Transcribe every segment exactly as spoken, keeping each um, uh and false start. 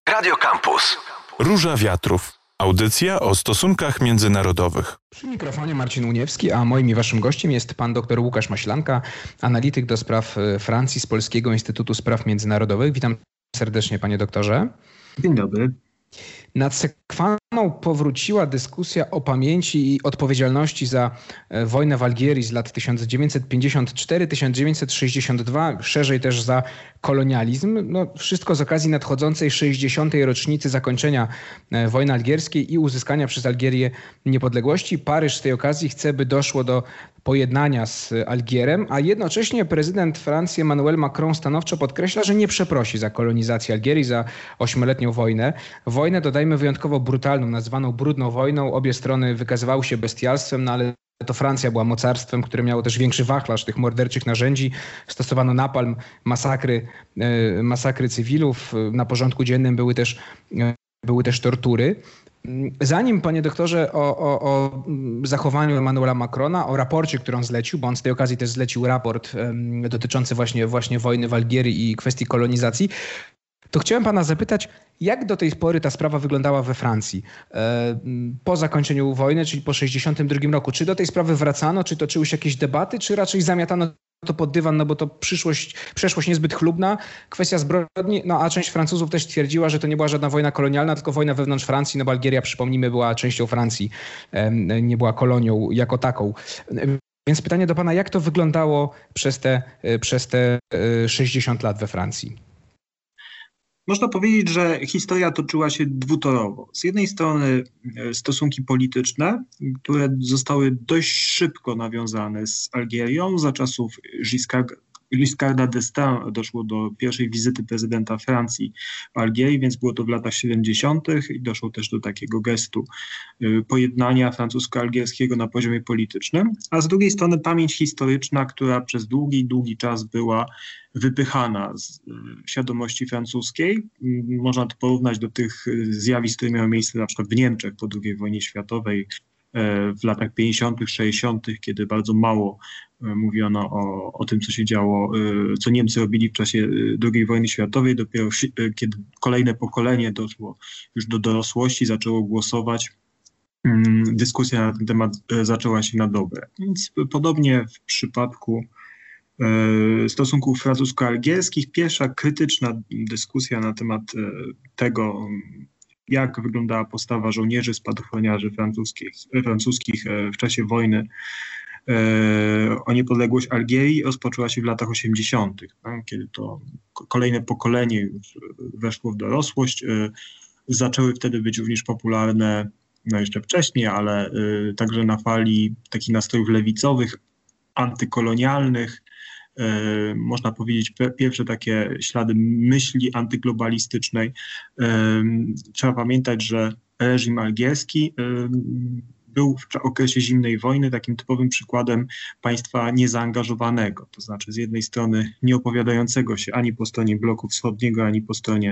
Radio Campus. Róża Wiatrów. Audycja o stosunkach międzynarodowych. Przy mikrofonie Marcin Uniewski, a moim i waszym gościem jest pan dr Łukasz Maślanka, analityk do spraw Francji z Polskiego Instytutu Spraw Międzynarodowych. Witam serdecznie, panie doktorze. Dzień dobry. Nad sekwaną powróciła dyskusja o pamięci i odpowiedzialności za wojnę w Algierii z lat tysiąc dziewięćset pięćdziesiąt cztery do tysiąc dziewięćset sześćdziesiąt dwa, szerzej też za kolonializm. No, wszystko z okazji nadchodzącej sześćdziesiątej rocznicy zakończenia wojny algierskiej i uzyskania przez Algierię niepodległości. Paryż z tej okazji chce, by doszło do pojednania z Algierem, a jednocześnie prezydent Francji Emmanuel Macron stanowczo podkreśla, że nie przeprosi za kolonizację Algierii, za ośmioletnią wojnę. Wojnę, dodajmy, wyjątkowo brutalną, nazwaną brudną wojną. Obie strony wykazywały się bestialstwem, no ale to Francja była mocarstwem, które miało też większy wachlarz tych morderczych narzędzi. Stosowano napalm, masakry, masakry cywilów. Na porządku dziennym były też, były też tortury. Zanim, panie doktorze, o, o, o zachowaniu Emmanuela Macrona, o raporcie, który on zlecił, bo on z tej okazji też zlecił raport um, dotyczący właśnie, właśnie wojny w Algierii i kwestii kolonizacji, to chciałem pana zapytać, jak do tej pory ta sprawa wyglądała we Francji e, po zakończeniu wojny, czyli po sześćdziesiątym drugim roku? Czy do tej sprawy wracano, czy toczyły się jakieś debaty, czy raczej zamiatano to pod dywan, no bo to przyszłość, przeszłość niezbyt chlubna, kwestia zbrodni, no a część Francuzów też twierdziła, że to nie była żadna wojna kolonialna, tylko wojna wewnątrz Francji, no bo Algieria, przypomnijmy, była częścią Francji, e, nie była kolonią jako taką. Więc pytanie do pana, jak to wyglądało przez te, przez te sześćdziesiąt lat we Francji? Można powiedzieć, że historia toczyła się dwutorowo. Z jednej strony stosunki polityczne, które zostały dość szybko nawiązane z Algierią. Za czasów Giscard, Giscarda d'Estaing doszło do pierwszej wizyty prezydenta Francji w Algierii, więc było to w latach siedemdziesiątych i doszło też do takiego gestu pojednania francusko-algierskiego na poziomie politycznym. A z drugiej strony pamięć historyczna, która przez długi, długi czas była wypychana z świadomości francuskiej. Można to porównać do tych zjawisk, które miały miejsce na przykład w Niemczech po drugiej wojnie światowej, w latach pięćdziesiątych, sześćdziesiątych, kiedy bardzo mało mówiono o, o tym, co się działo, co Niemcy robili w czasie drugiej wojny światowej. Dopiero kiedy kolejne pokolenie doszło już do dorosłości, zaczęło głosować, dyskusja na ten temat zaczęła się na dobre. Więc podobnie w przypadku stosunków francusko-algierskich, pierwsza krytyczna dyskusja na temat tego, jak wyglądała postawa żołnierzy, spadochroniarzy francuskich, francuskich w czasie wojny o niepodległość Algierii, rozpoczęła się w latach osiemdziesiątych, kiedy to kolejne pokolenie już weszło w dorosłość. Zaczęły wtedy być również popularne, no jeszcze wcześniej, ale także na fali takich nastrojów lewicowych, antykolonialnych. Można powiedzieć, pierwsze takie ślady myśli antyglobalistycznej. Trzeba pamiętać, że reżim algierski był w okresie zimnej wojny takim typowym przykładem państwa niezaangażowanego. To znaczy z jednej strony nie opowiadającego się ani po stronie bloku wschodniego, ani po stronie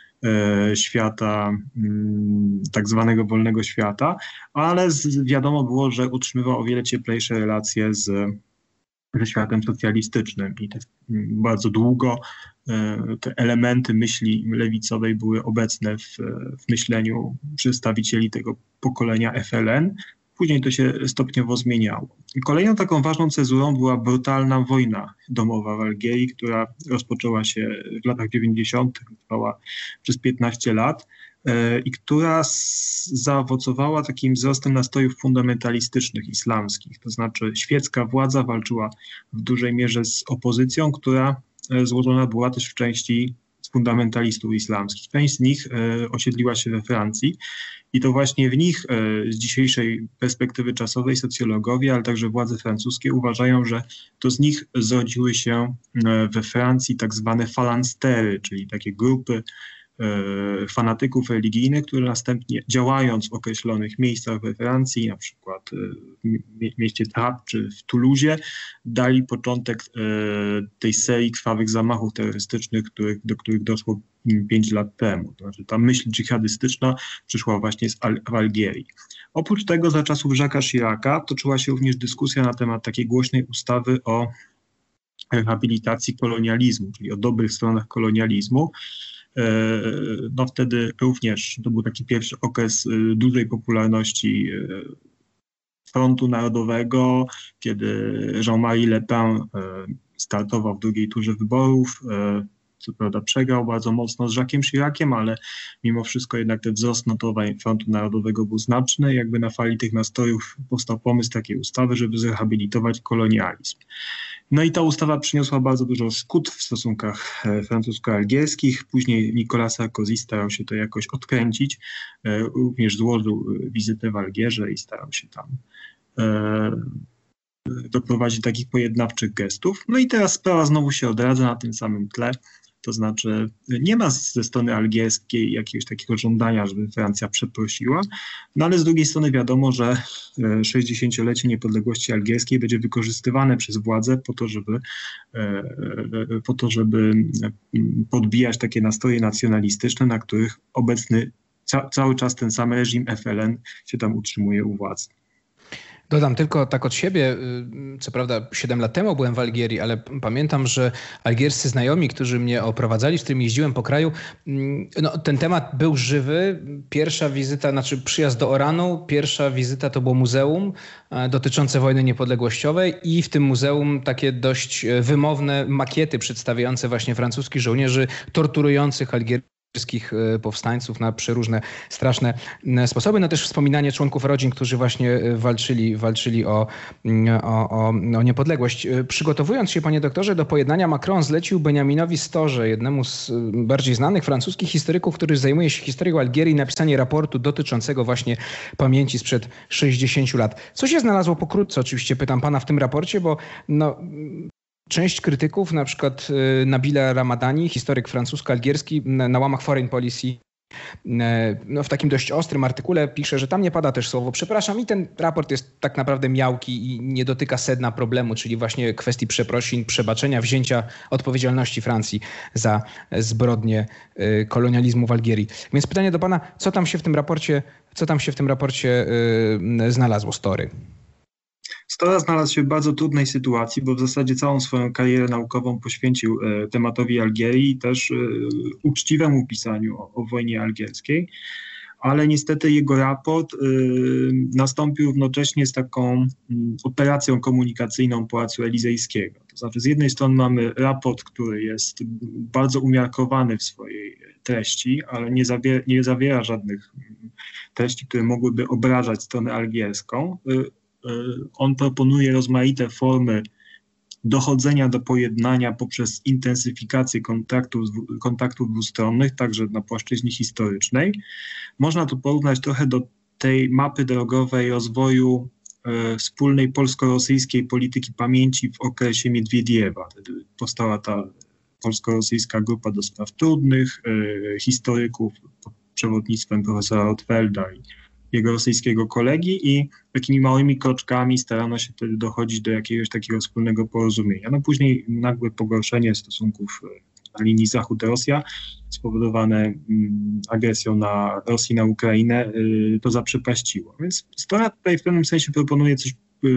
świata, tak zwanego wolnego świata, ale wiadomo było, że utrzymywał o wiele cieplejsze relacje z ze światem socjalistycznym i też bardzo długo te elementy myśli lewicowej były obecne w, w myśleniu przedstawicieli tego pokolenia F L N. Później to się stopniowo zmieniało. I kolejną taką ważną cezurą była brutalna wojna domowa w Algierii, która rozpoczęła się w latach dziewięćdziesiątych, trwała przez piętnaście lat. I która zaowocowała takim wzrostem nastrojów fundamentalistycznych, islamskich. To znaczy świecka władza walczyła w dużej mierze z opozycją, która złożona była też w części z fundamentalistów islamskich. Część z nich osiedliła się we Francji i to właśnie w nich z dzisiejszej perspektywy czasowej socjologowie, ale także władze francuskie uważają, że to z nich zrodziły się we Francji tak zwane falanstery, czyli takie grupy fanatyków religijnych, które następnie działając w określonych miejscach we Francji, na przykład w mieście Trappes czy w Toulouse, dali początek tej serii krwawych zamachów terrorystycznych, których, do których doszło pięć lat temu. To znaczy ta myśl dżihadystyczna przyszła właśnie z Al- w Algierii. Oprócz tego za czasów Jacques'a Chiraca toczyła się również dyskusja na temat takiej głośnej ustawy o rehabilitacji kolonializmu, czyli o dobrych stronach kolonializmu. No wtedy również to był taki pierwszy okres dużej popularności Frontu Narodowego, kiedy Jean-Marie Le Pen startował w drugiej turze wyborów. Co prawda przegrał bardzo mocno z Jacques'em Chiraciem, ale mimo wszystko jednak ten wzrost notowań Frontu Narodowego był znaczny. Jakby na fali tych nastrojów powstał pomysł takiej ustawy, żeby zrehabilitować kolonializm. No i ta ustawa przyniosła bardzo dużo szkód w stosunkach francusko-algierskich. Później Nicolas Sarkozy starał się to jakoś odkręcić. Również złożył wizytę w Algierze i starał się tam doprowadzić takich pojednawczych gestów. No i teraz sprawa znowu się odradza na tym samym tle. To znaczy nie ma ze strony algierskiej jakiegoś takiego żądania, żeby Francja przeprosiła, no ale z drugiej strony wiadomo, że sześćdziesięciolecie niepodległości algierskiej będzie wykorzystywane przez władze po to, żeby, po to, żeby podbijać takie nastroje nacjonalistyczne, na których obecny ca- cały czas ten sam reżim F L N się tam utrzymuje u władzy. Dodam tylko tak od siebie, co prawda siedem lat temu byłem w Algierii, ale pamiętam, że algierscy znajomi, którzy mnie oprowadzali, z którymi jeździłem po kraju, no, ten temat był żywy. Pierwsza wizyta, znaczy przyjazd do Oranu, pierwsza wizyta to było muzeum dotyczące wojny niepodległościowej i w tym muzeum takie dość wymowne makiety przedstawiające właśnie francuskich żołnierzy torturujących Algierów. Wszystkich powstańców na przeróżne, straszne sposoby. No też wspominanie członków rodzin, którzy właśnie walczyli, walczyli o, o, o, o niepodległość. Przygotowując się, panie doktorze, do pojednania, Macron zlecił Benjaminowi Storze, jednemu z bardziej znanych francuskich historyków, który zajmuje się historią Algierii, napisanie raportu dotyczącego właśnie pamięci sprzed sześćdziesięciu lat. Co się znalazło pokrótce, oczywiście pytam pana, w tym raporcie, bo no... Część krytyków, na przykład Nabila Ramadani, historyk francusko-algierski, na łamach Foreign Policy, no w takim dość ostrym artykule pisze, że tam nie pada też słowo przepraszam i ten raport jest tak naprawdę miałki i nie dotyka sedna problemu, czyli właśnie kwestii przeprosin, przebaczenia, wzięcia odpowiedzialności Francji za zbrodnie kolonializmu w Algierii. Więc pytanie do pana, co tam się w tym raporcie, co tam się w tym raporcie znalazło, Story? Stora znalazł się w bardzo trudnej sytuacji, bo w zasadzie całą swoją karierę naukową poświęcił e, tematowi Algierii i też e, uczciwemu pisaniu o, o wojnie algierskiej, ale niestety jego raport e, nastąpił równocześnie z taką m, operacją komunikacyjną Pałacu Elizejskiego. To znaczy z jednej strony mamy raport, który jest bardzo umiarkowany w swojej treści, ale nie zawiera, nie zawiera żadnych treści, które mogłyby obrażać stronę algierską. E, On proponuje rozmaite formy dochodzenia do pojednania poprzez intensyfikację kontaktów, kontaktów dwustronnych, także na płaszczyźnie historycznej. Można to porównać trochę do tej mapy drogowej rozwoju e, wspólnej polsko-rosyjskiej polityki pamięci w okresie Miedwiediewa. Wtedy powstała ta polsko-rosyjska grupa do spraw trudnych, e, historyków pod przewodnictwem profesora Rotfelda i jego rosyjskiego kolegi i takimi małymi kroczkami starano się wtedy dochodzić do jakiegoś takiego wspólnego porozumienia. No później nagłe pogorszenie stosunków na linii Zachód-Rosja spowodowane agresją na Rosji na Ukrainę to zaprzepaściło. Więc strona tutaj w pewnym sensie proponuje coś,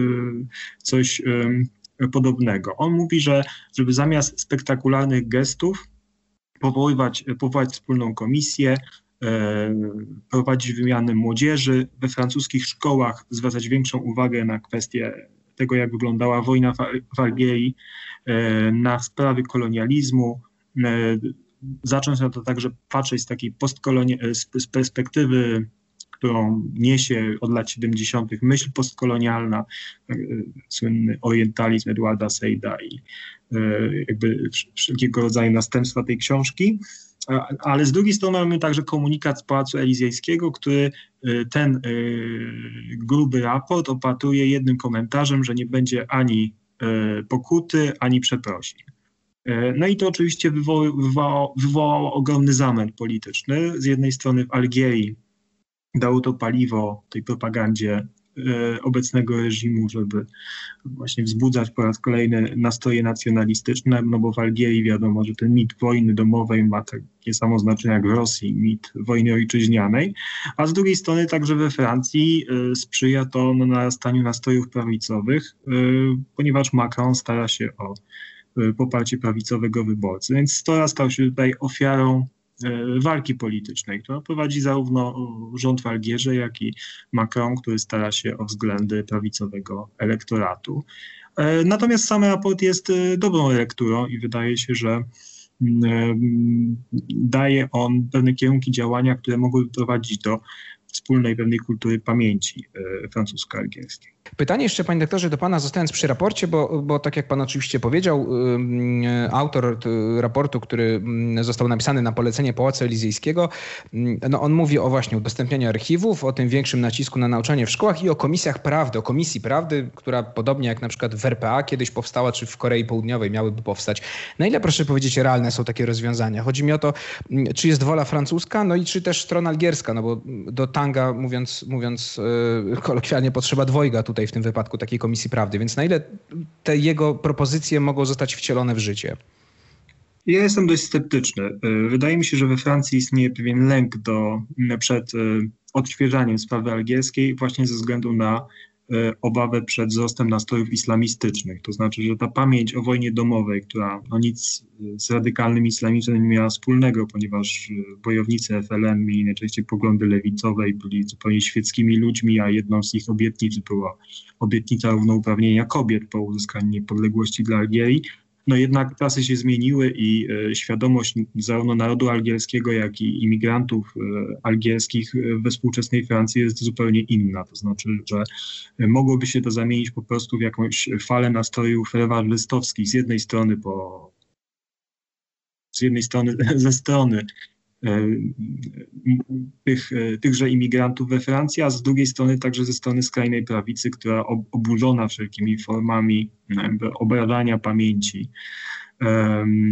coś podobnego. On mówi, że żeby zamiast spektakularnych gestów powoływać, powołać wspólną komisję, prowadzić wymianę młodzieży, we francuskich szkołach zwracać większą uwagę na kwestię tego, jak wyglądała wojna w Algierii, na sprawy kolonializmu, zacząć na to także patrzeć z takiej postkolonialnej, z perspektywy, którą niesie od lat siedemdziesiątych myśl postkolonialna, słynny orientalizm Edwarda Seyda i jakby wszelkiego rodzaju następstwa tej książki. Ale z drugiej strony mamy także komunikat z Pałacu Elizejskiego, który ten gruby raport opatruje jednym komentarzem, że nie będzie ani pokuty, ani przeprosin. No i to oczywiście wywołało, wywołało ogromny zamęt polityczny. Z jednej strony w Algierii dało to paliwo tej propagandzie obecnego reżimu, żeby właśnie wzbudzać po raz kolejny nastroje nacjonalistyczne, no bo w Algierii wiadomo, że ten mit wojny domowej ma takie samo znaczenie jak w Rosji, mit wojny ojczyźnianej, a z drugiej strony także we Francji sprzyja to narastaniu nastrojów prawicowych, ponieważ Macron stara się o poparcie prawicowego wyborcy. Więc Stora stał się tutaj ofiarą walki politycznej, którą prowadzi zarówno rząd w Algierze, jak i Macron, który stara się o względy prawicowego elektoratu. Natomiast sam raport jest dobrą lekturą i wydaje się, że daje on pewne kierunki działania, które mogłyby prowadzić do wspólnej pewnej kultury pamięci francusko-algierskiej. Pytanie jeszcze, panie doktorze, do pana, zostając przy raporcie, bo, bo tak jak pan oczywiście powiedział, autor raportu, który został napisany na polecenie Pałacu Elizejskiego, no on mówi o właśnie udostępnianiu archiwów, o tym większym nacisku na nauczanie w szkołach i o komisjach prawdy, o Komisji Prawdy, która podobnie jak na przykład w R P A kiedyś powstała, czy w Korei Południowej miałyby powstać. Na ile, proszę powiedzieć, realne są takie rozwiązania? Chodzi mi o to, czy jest wola francuska, no i czy też strona algierska, no bo do tanga, mówiąc, mówiąc kolokwialnie, potrzeba dwojga tutaj w tym wypadku takiej Komisji Prawdy. Więc na ile te jego propozycje mogą zostać wcielone w życie? Ja jestem dość sceptyczny. Wydaje mi się, że we Francji istnieje pewien lęk do, przed odświeżaniem sprawy algierskiej właśnie ze względu na obawę przed wzrostem nastrojów islamistycznych. To znaczy, że ta pamięć o wojnie domowej, która no nic z radykalnym islamizmem nie miała wspólnego, ponieważ bojownicy F L N mieli najczęściej poglądy lewicowe i byli zupełnie świeckimi ludźmi, a jedną z ich obietnic była obietnica równouprawnienia kobiet po uzyskaniu niepodległości dla Algierii. No jednak czasy się zmieniły i e, świadomość zarówno narodu algierskiego, jak i imigrantów e, algierskich we współczesnej Francji jest zupełnie inna. To znaczy, że mogłoby się to zamienić po prostu w jakąś falę nastrojów rewanżystowskich. Z jednej strony po, z jednej strony ze strony e, tych, tychże imigrantów we Francji, a z drugiej strony także ze strony skrajnej prawicy, która oburzona wszelkimi formami obrażania pamięci um,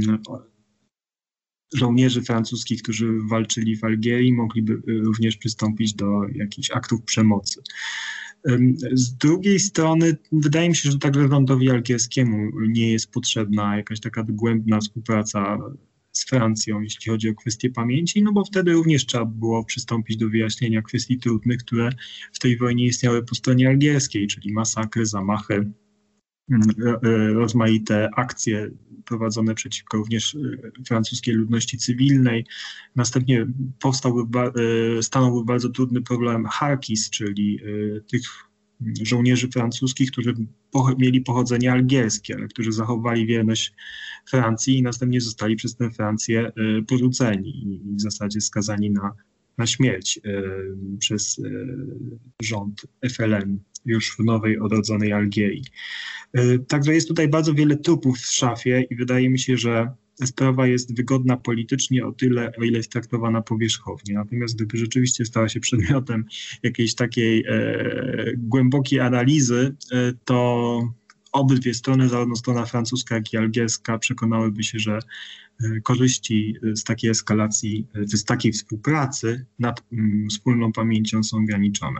żołnierzy francuskich, którzy walczyli w Algierii, mogliby również przystąpić do jakichś aktów przemocy. Z drugiej strony wydaje mi się, że także rządowi algierskiemu nie jest potrzebna jakaś taka dogłębna współpraca z Francją, jeśli chodzi o kwestie pamięci, no bo wtedy również trzeba było przystąpić do wyjaśnienia kwestii trudnych, które w tej wojnie istniały po stronie algierskiej, czyli masakry, zamachy, rozmaite akcje prowadzone przeciwko również francuskiej ludności cywilnej. Następnie powstałby, stanąłby bardzo trudny problem Harkis, czyli tych żołnierzy francuskich, którzy mieli pochodzenie algierskie, ale którzy zachowali wierność Francji i następnie zostali przez tę Francję porzuceni i w zasadzie skazani na, na śmierć przez rząd F L N już w nowej, odrodzonej Algierii. Także jest tutaj bardzo wiele trupów w szafie i wydaje mi się, że sprawa jest wygodna politycznie o tyle, o ile jest traktowana powierzchownie. Natomiast gdyby rzeczywiście stała się przedmiotem jakiejś takiej e, głębokiej analizy, e, to obydwie strony, zarówno strona francuska, jak i algierska, przekonałyby się, że e, korzyści z takiej eskalacji, e, z takiej współpracy nad m, wspólną pamięcią są ograniczone.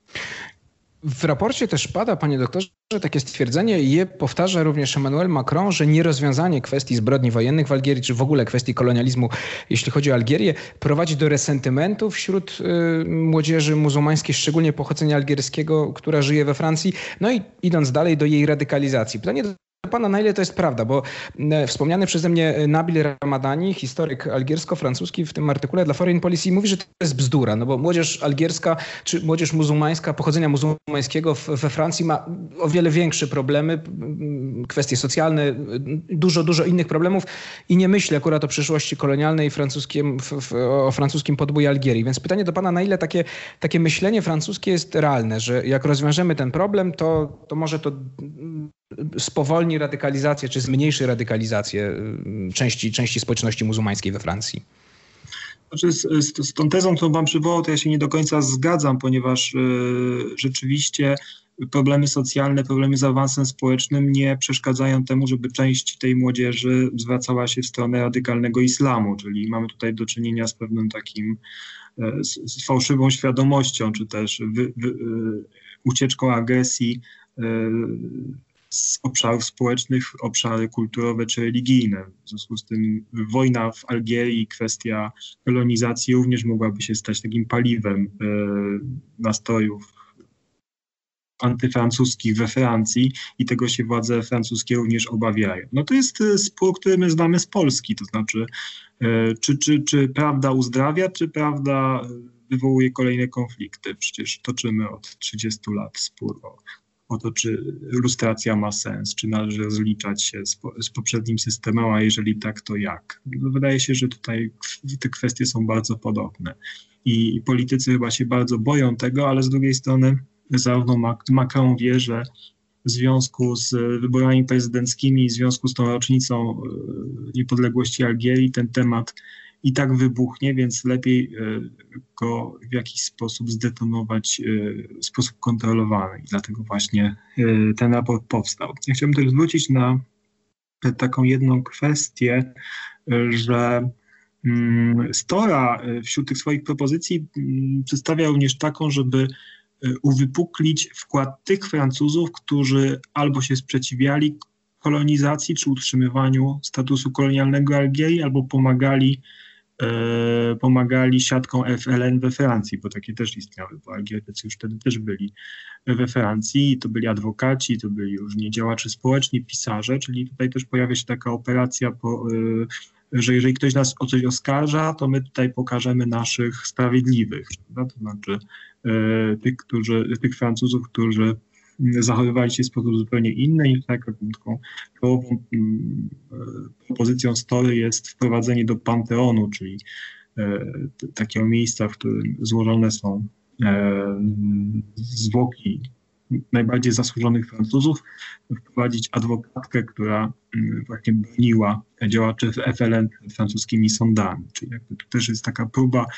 W raporcie też pada, panie doktorze, takie stwierdzenie, je powtarza również Emmanuel Macron, że nierozwiązanie kwestii zbrodni wojennych w Algierii, czy w ogóle kwestii kolonializmu, jeśli chodzi o Algierię, prowadzi do resentymentu wśród y, młodzieży muzułmańskiej, szczególnie pochodzenia algierskiego, która żyje we Francji, no i idąc dalej, do jej radykalizacji. Pytanie do pana, na ile to jest prawda, bo wspomniany przeze mnie Nabil Ramadani, historyk algiersko-francuski, w tym artykule dla Foreign Policy mówi, że to jest bzdura, no bo młodzież algierska czy młodzież muzułmańska, pochodzenia muzułmańskiego we Francji ma o wiele większe problemy, kwestie socjalne, dużo, dużo innych problemów i nie myśli akurat o przyszłości kolonialnej francuskim, w, w, o francuskim podboju Algierii. Więc pytanie do pana, na ile takie, takie myślenie francuskie jest realne, że jak rozwiążemy ten problem, to, to może to spowolni radykalizację, czy zmniejszy radykalizację części, części społeczności muzułmańskiej we Francji? Znaczy z, z, z tą tezą, którą pan przywołał, to ja się nie do końca zgadzam, ponieważ y, rzeczywiście problemy socjalne, problemy z awansem społecznym nie przeszkadzają temu, żeby część tej młodzieży zwracała się w stronę radykalnego islamu, czyli mamy tutaj do czynienia z pewnym takim, z, z fałszywą świadomością, czy też wy, wy, y, ucieczką agresji y, z obszarów społecznych w obszary kulturowe czy religijne. W związku z tym wojna w Algierii, kwestia kolonizacji również mogłaby się stać takim paliwem e, nastrojów antyfrancuskich we Francji i tego się władze francuskie również obawiają. No to jest spór, który my znamy z Polski, to znaczy czy, czy, czy prawda uzdrawia, czy prawda wywołuje kolejne konflikty. Przecież toczymy od trzydziestu lat spór o, o to, czy lustracja ma sens, czy należy rozliczać się z, po, z poprzednim systemem, a jeżeli tak, to jak. No, wydaje się, że tutaj te kwestie są bardzo podobne i politycy chyba się bardzo boją tego, ale z drugiej strony zarówno Macron wie, że w związku z wyborami prezydenckimi, w związku z tą rocznicą niepodległości Algierii ten temat i tak wybuchnie, więc lepiej go w jakiś sposób zdetonować w sposób kontrolowany. I dlatego właśnie ten raport powstał. Ja chciałbym też zwrócić na taką jedną kwestię, że Stora wśród tych swoich propozycji przedstawia również taką, żeby uwypuklić wkład tych Francuzów, którzy albo się sprzeciwiali kolonizacji czy utrzymywaniu statusu kolonialnego Algierii, albo pomagali, e, pomagali siatką F L N we Francji, bo takie też istniały, bo Algierycy już wtedy też byli we Francji, to byli adwokaci, to byli różni działacze społeczni, pisarze, czyli tutaj też pojawia się taka operacja, po, e, że jeżeli ktoś nas o coś oskarża, to my tutaj pokażemy naszych sprawiedliwych, prawda? To znaczy e, tych, którzy, tych Francuzów, którzy zachowywali się w sposób zupełnie inny i taką czołową propozycją Story jest wprowadzenie do Panteonu, czyli e, t- takiego miejsca, w którym złożone są e, zwłoki najbardziej zasłużonych Francuzów, wprowadzić adwokatkę, która właśnie broniła działaczy F L N przed francuskimi sądami. Czyli jakby to też jest taka próba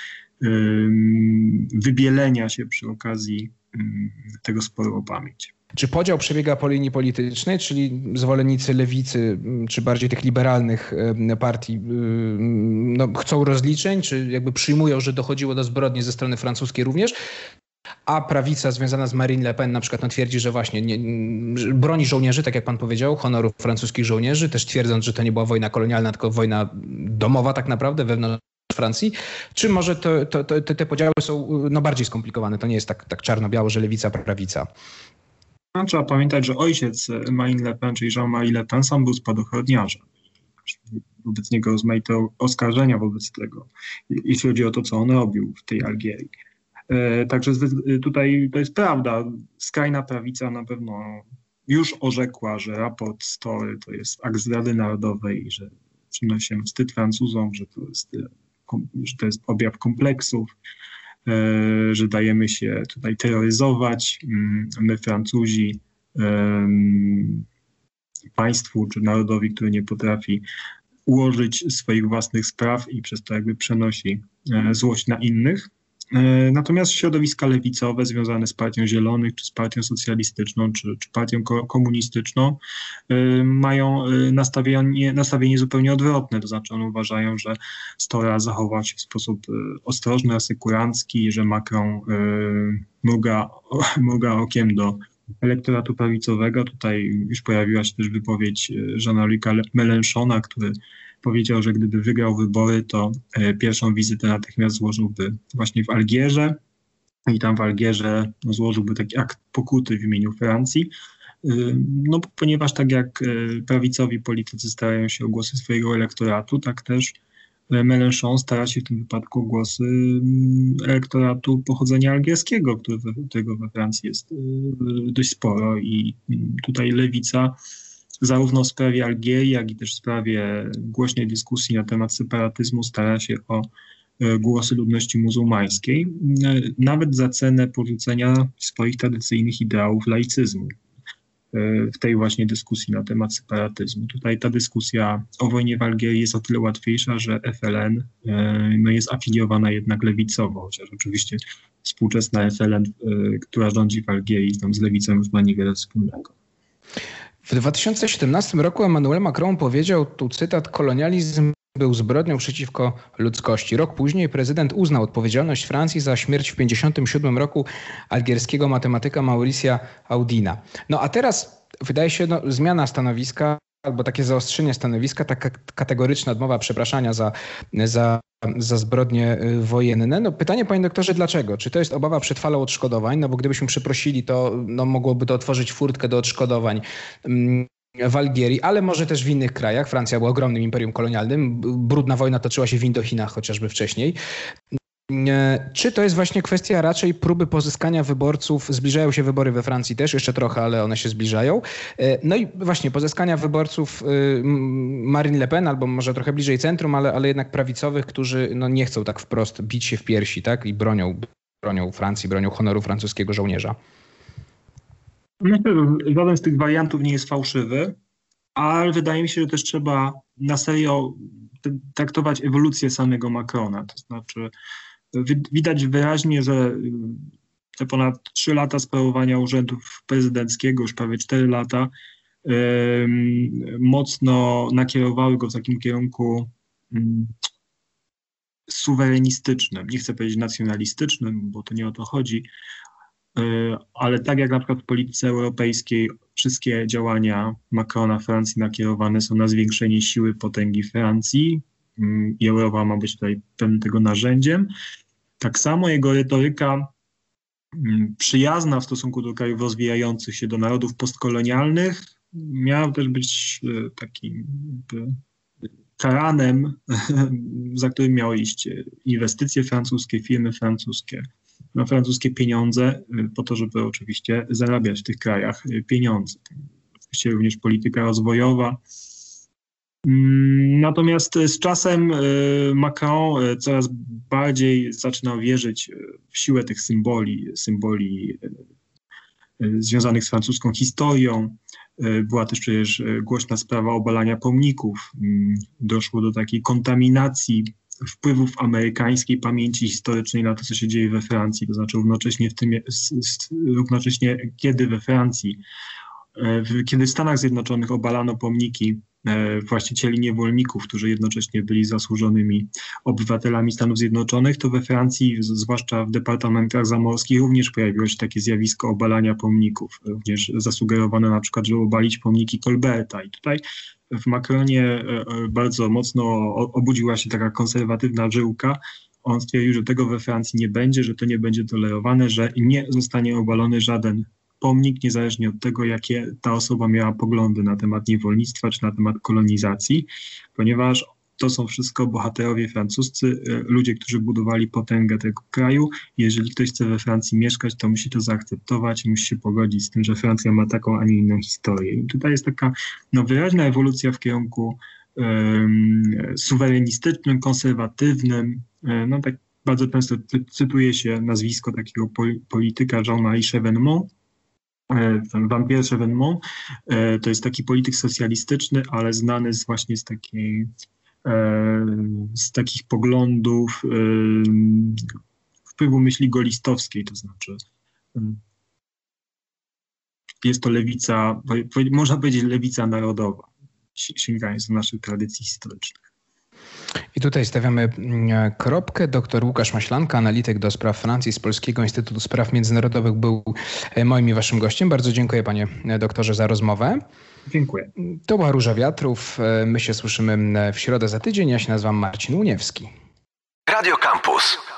um, wybielenia się przy okazji um, tego sporu o pamięć. Czy podział przebiega po linii politycznej, czyli zwolennicy lewicy, czy bardziej tych liberalnych partii no, chcą rozliczeń, czy jakby przyjmują, że dochodziło do zbrodni ze strony francuskiej również? A prawica związana z Marine Le Pen na przykład no, twierdzi, że właśnie nie, że broni żołnierzy, tak jak pan powiedział, honoru francuskich żołnierzy, też twierdząc, że to nie była wojna kolonialna, tylko wojna domowa tak naprawdę wewnątrz Francji. Czy może to, to, to, te podziały są no, bardziej skomplikowane? To nie jest tak, tak czarno-biało, że lewica, prawica. Trzeba pamiętać, że ojciec Marine Le Pen, czyli Jean-Marie Le Pen, sam był spadochroniarzem. Wobec niego rozmaite oskarżenia wobec tego, jeśli chodzi o to, co on robił w tej Algierii. Także tutaj to jest prawda. Skrajna prawica na pewno już orzekła, że raport Story to jest akt zdrady narodowej i że przynosi wstyd Francuzom, że to jest, że to jest objaw kompleksów, że dajemy się tutaj terroryzować. My Francuzi państwu czy narodowi, który nie potrafi ułożyć swoich własnych spraw i przez to jakby przenosi złość na innych. Natomiast środowiska lewicowe związane z Partią Zielonych, czy z Partią Socjalistyczną, czy, czy Partią komunistyczną mają nastawienie, nastawienie zupełnie odwrotne. To znaczy one uważają, że Stora zachował się w sposób ostrożny, asykurancki, że Macron mruga, mruga okiem do elektoratu prawicowego. Tutaj już pojawiła się też wypowiedź Jeana-Luca Mélenchona, który powiedział, że gdyby wygrał wybory, to pierwszą wizytę natychmiast złożyłby właśnie w Algierze i tam w Algierze złożyłby taki akt pokuty w imieniu Francji. No ponieważ tak jak prawicowi politycy starają się o głosy swojego elektoratu, tak też Mélenchon stara się w tym wypadku o głosy elektoratu pochodzenia algierskiego, którego we Francji jest dość sporo i tutaj lewica zarówno w sprawie Algierii, jak i też w sprawie głośnej dyskusji na temat separatyzmu stara się o głosy ludności muzułmańskiej, nawet za cenę porzucenia swoich tradycyjnych ideałów laicyzmu w tej właśnie dyskusji na temat separatyzmu. Tutaj ta dyskusja o wojnie w Algierii jest o tyle łatwiejsza, że F L N no, jest afiliowana jednak lewicowo, chociaż oczywiście współczesna F L N, która rządzi w Algierii, tam z lewicą już ma niewiele wspólnego. W dwa tysiące siedemnastym roku Emmanuel Macron powiedział, tu cytat, kolonializm był zbrodnią przeciwko ludzkości. Rok później prezydent uznał odpowiedzialność Francji za śmierć w tysiąc dziewięćset pięćdziesiątym siódmym roku algierskiego matematyka Mauricia Audina. No a teraz wydaje się no, zmiana stanowiska albo takie zaostrzenie stanowiska, taka kategoryczna odmowa przepraszania za, za za zbrodnie wojenne. No pytanie, panie doktorze, dlaczego? Czy to jest obawa przed falą odszkodowań? No bo gdybyśmy przeprosili, to no, mogłoby to otworzyć furtkę do odszkodowań w Algierii, ale może też w innych krajach. Francja była ogromnym imperium kolonialnym. Brudna wojna toczyła się w Indochinach chociażby wcześniej. Czy to jest właśnie kwestia raczej próby pozyskania wyborców? Zbliżają się wybory we Francji też, jeszcze trochę, ale one się zbliżają. No i właśnie pozyskania wyborców Marine Le Pen, albo może trochę bliżej centrum, ale, ale jednak prawicowych, którzy no nie chcą tak wprost bić się w piersi, tak? I bronią, bronią Francji, bronią honoru francuskiego żołnierza. Myślę, że żaden z tych wariantów nie jest fałszywy, ale wydaje mi się, że też trzeba na serio traktować ewolucję samego Macrona. To znaczy widać wyraźnie, że te ponad trzy lata sprawowania urzędu prezydenckiego, już prawie cztery lata, yy, mocno nakierowały go w takim kierunku yy, suwerenistycznym. Nie chcę powiedzieć nacjonalistycznym, bo to nie o to chodzi, yy, ale tak jak na przykład w polityce europejskiej wszystkie działania Macrona w Francji nakierowane są na zwiększenie siły potęgi Francji, i Europa ma być tutaj pewnym tego narzędziem. Tak samo jego retoryka przyjazna w stosunku do krajów rozwijających się, do narodów postkolonialnych, miała też być takim taranem, za którym miały iść inwestycje francuskie, firmy francuskie, na francuskie pieniądze, po to, żeby oczywiście zarabiać w tych krajach pieniądze. Oczywiście również polityka rozwojowa. Natomiast z czasem Macron coraz bardziej zaczynał wierzyć w siłę tych symboli, symboli związanych z francuską historią. Była też przecież głośna sprawa obalania pomników. Doszło do takiej kontaminacji wpływów amerykańskiej pamięci historycznej na to, co się dzieje we Francji. To znaczy równocześnie, w tym, równocześnie kiedy we Francji, kiedy w Stanach Zjednoczonych obalano pomniki właścicieli niewolników, którzy jednocześnie byli zasłużonymi obywatelami Stanów Zjednoczonych, to we Francji, zwłaszcza w departamentach zamorskich, również pojawiło się takie zjawisko obalania pomników. Również zasugerowano na przykład, żeby obalić pomniki Colberta. I tutaj w Macronie bardzo mocno obudziła się taka konserwatywna żyłka. On stwierdził, że tego we Francji nie będzie, że to nie będzie tolerowane, że nie zostanie obalony żaden pomnik, niezależnie od tego, jakie ta osoba miała poglądy na temat niewolnictwa czy na temat kolonizacji, ponieważ to są wszystko bohaterowie francuscy, ludzie, którzy budowali potęgę tego kraju. Jeżeli ktoś chce we Francji mieszkać, to musi to zaakceptować i musi się pogodzić z tym, że Francja ma taką, a nie inną historię. I tutaj jest taka no, wyraźna ewolucja w kierunku um, suwerenistycznym, konserwatywnym. No tak bardzo często cytuje się nazwisko takiego polityka Jean-Marie Chevènement, Jean-Pierre Chevènement. To jest taki polityk socjalistyczny, ale znany z właśnie z takiej z takich poglądów wpływu myśli golistowskiej, to znaczy jest to lewica, można powiedzieć lewica narodowa, sięgając do naszych tradycji historycznych. I tutaj stawiamy kropkę. Doktor Łukasz Maślanka, analityk do spraw Francji z Polskiego Instytutu Spraw Międzynarodowych, był moim i waszym gościem. Bardzo dziękuję, panie doktorze, za rozmowę. Dziękuję. To była Róża Wiatrów. My się słyszymy w środę za tydzień. Ja się nazywam Marcin Łuniewski. Radio Campus.